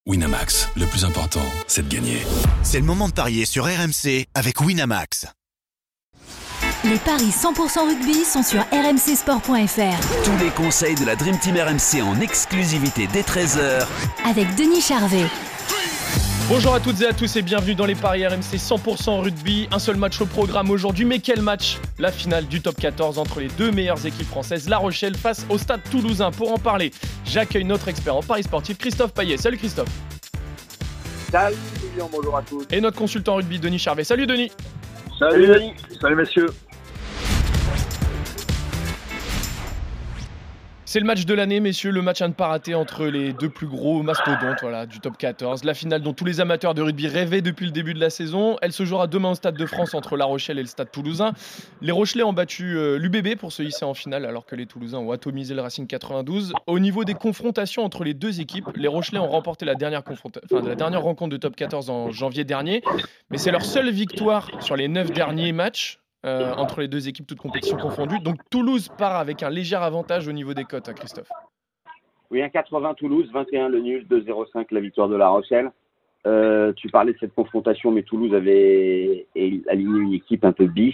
Winamax, le plus important, c'est de gagner. C'est le moment de parier sur RMC avec Winamax. Les paris 100% rugby sont sur rmcsport.fr. Tous les conseils de la Dream Team RMC en exclusivité dès 13h avec Denis Charvet. Bonjour à toutes et à tous et bienvenue dans les paris RMC 100% rugby. Un seul match au programme aujourd'hui, mais quel match ? La finale du top 14 entre les deux meilleures équipes françaises, La Rochelle face au Stade Toulousain. Pour en parler, j'accueille notre expert en paris sportif, Christophe Payet. Salut Christophe. Salut Lilian, bonjour à tous. Et notre consultant rugby, Denis Charvet. Salut Denis. Salut Denis. Salut messieurs. C'est le match de l'année, messieurs, le match à ne pas rater entre les deux plus gros mastodontes du top 14. La finale dont tous les amateurs de rugby rêvaient depuis le début de la saison. Elle se jouera demain au Stade de France entre La Rochelle et le Stade Toulousain. Les Rochelais ont battu l'UBB pour se hisser en finale alors que les Toulousains ont atomisé le Racing 92. Au niveau des confrontations entre les deux équipes, les Rochelais ont remporté la dernière rencontre de top 14 en janvier dernier. Mais c'est leur seule victoire sur les 9 derniers matchs. Entre les deux équipes, toutes compétitions confondues. Donc Toulouse part avec un léger avantage au niveau des cotes, hein, Christophe. Oui, 1,80 Toulouse, 21 le nul, 2,05 la victoire de La Rochelle. Tu parlais de cette confrontation, mais Toulouse avait aligné une équipe un peu bis.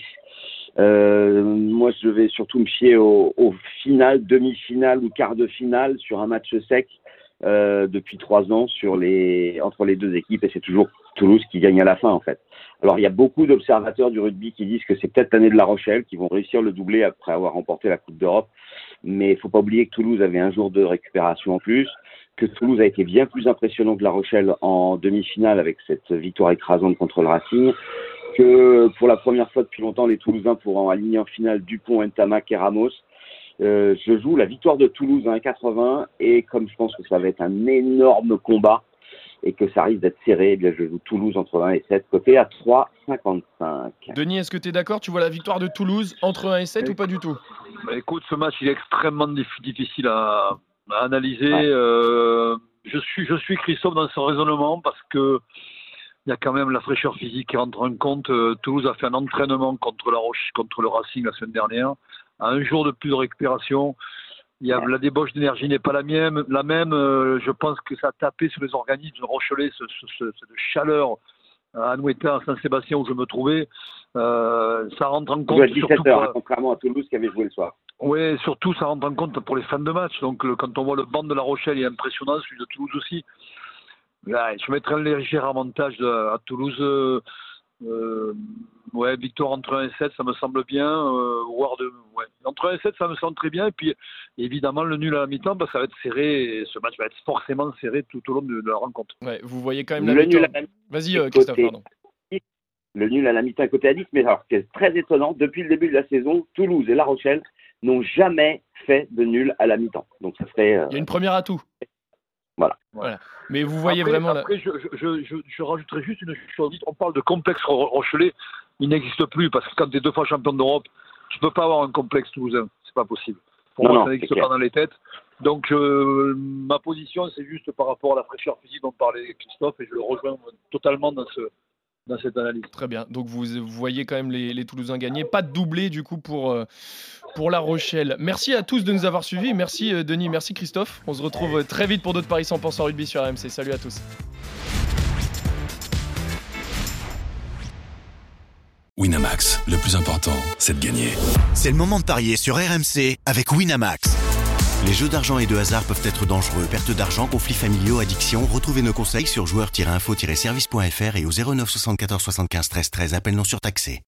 Moi, je vais surtout me fier au final, demi-finale ou quart de finale sur un match sec depuis 3 ans entre les deux équipes, et c'est toujours Toulouse qui gagne à la fin en fait. Alors il y a beaucoup d'observateurs du rugby qui disent que c'est peut-être l'année de La Rochelle, qui vont réussir le doublé après avoir remporté la Coupe d'Europe, mais il faut pas oublier que Toulouse avait un jour de récupération en plus, que Toulouse a été bien plus impressionnant que La Rochelle en demi-finale avec cette victoire écrasante contre le Racing, que pour la première fois depuis longtemps les Toulousains pourront aligner en finale Dupont, Ntamak et Ramos. Je joue la victoire de Toulouse à 1,80 et comme je pense que ça va être un énorme combat et que ça risque d'être serré, eh bien je joue Toulouse entre 1 et 7, côté à 3,55. Denis, est-ce que tu es d'accord ? Tu vois la victoire de Toulouse entre 1 et 7 ou pas du tout ? Écoute, ce match il est extrêmement difficile à analyser. Ouais. Je suis Christophe dans son raisonnement parce que il y a quand même la fraîcheur physique qui rentre en compte. Toulouse a fait un entraînement contre le Racing la semaine dernière. À un jour de plus de récupération, la débauche d'énergie n'est pas la même. Je pense que ça a tapé sur les organismes rochelais, cette chaleur à Anoeta, à Saint-Sébastien où je me trouvais. Ça rentre en compte. À 17h, contrairement à Toulouse qui avait joué le soir. Oui, surtout ça rentre en compte pour les fans de match. Donc quand on voit le banc de La Rochelle, il est impressionnant, celui de Toulouse aussi. Là, je mettrais un léger avantage à Toulouse. Victoire entre 1 et 7, ça me semble bien. Entre 1 et 7, ça me semble très bien. Et puis, évidemment, le nul à la mi-temps, ça va être serré. Et ce match va être forcément serré tout au long de la rencontre. Ouais, vous voyez quand même la mi-temps. Vas-y, Christophe, pardon. Le nul à la mi-temps côté à 10. Mais alors, ce qui est très étonnant, depuis le début de la saison, Toulouse et La Rochelle n'ont jamais fait de nul à la mi-temps. Donc, ça serait... Il y a une première atout. Voilà. Mais vous voyez vraiment... Après, je rajouterais juste une chose. On parle de complexe rochelais. Il n'existe plus parce que quand tu es 2 fois champion d'Europe, tu ne peux pas avoir un complexe toulousain. C'est pas possible. Pour moi, ça n'existe pas dans les têtes. Donc, ma position, c'est juste par rapport à la fraîcheur physique dont parlait Christophe, et je le rejoins totalement dans cette analyse. Très bien. Donc, vous voyez quand même les Toulousains gagner. Pas de doublé, du coup, pour La Rochelle. Merci à tous de nous avoir suivis. Merci, Denis. Merci, Christophe. On se retrouve très vite pour d'autres paris 100% rugby sur RMC. Salut à tous. Winamax, le plus important, c'est de gagner. C'est le moment de parier sur RMC avec Winamax. Les jeux d'argent et de hasard peuvent être dangereux. Perte d'argent, conflits familiaux, addiction. Retrouvez nos conseils sur joueurs-info-service.fr et au 09 74 75 13 13. Appel non surtaxé.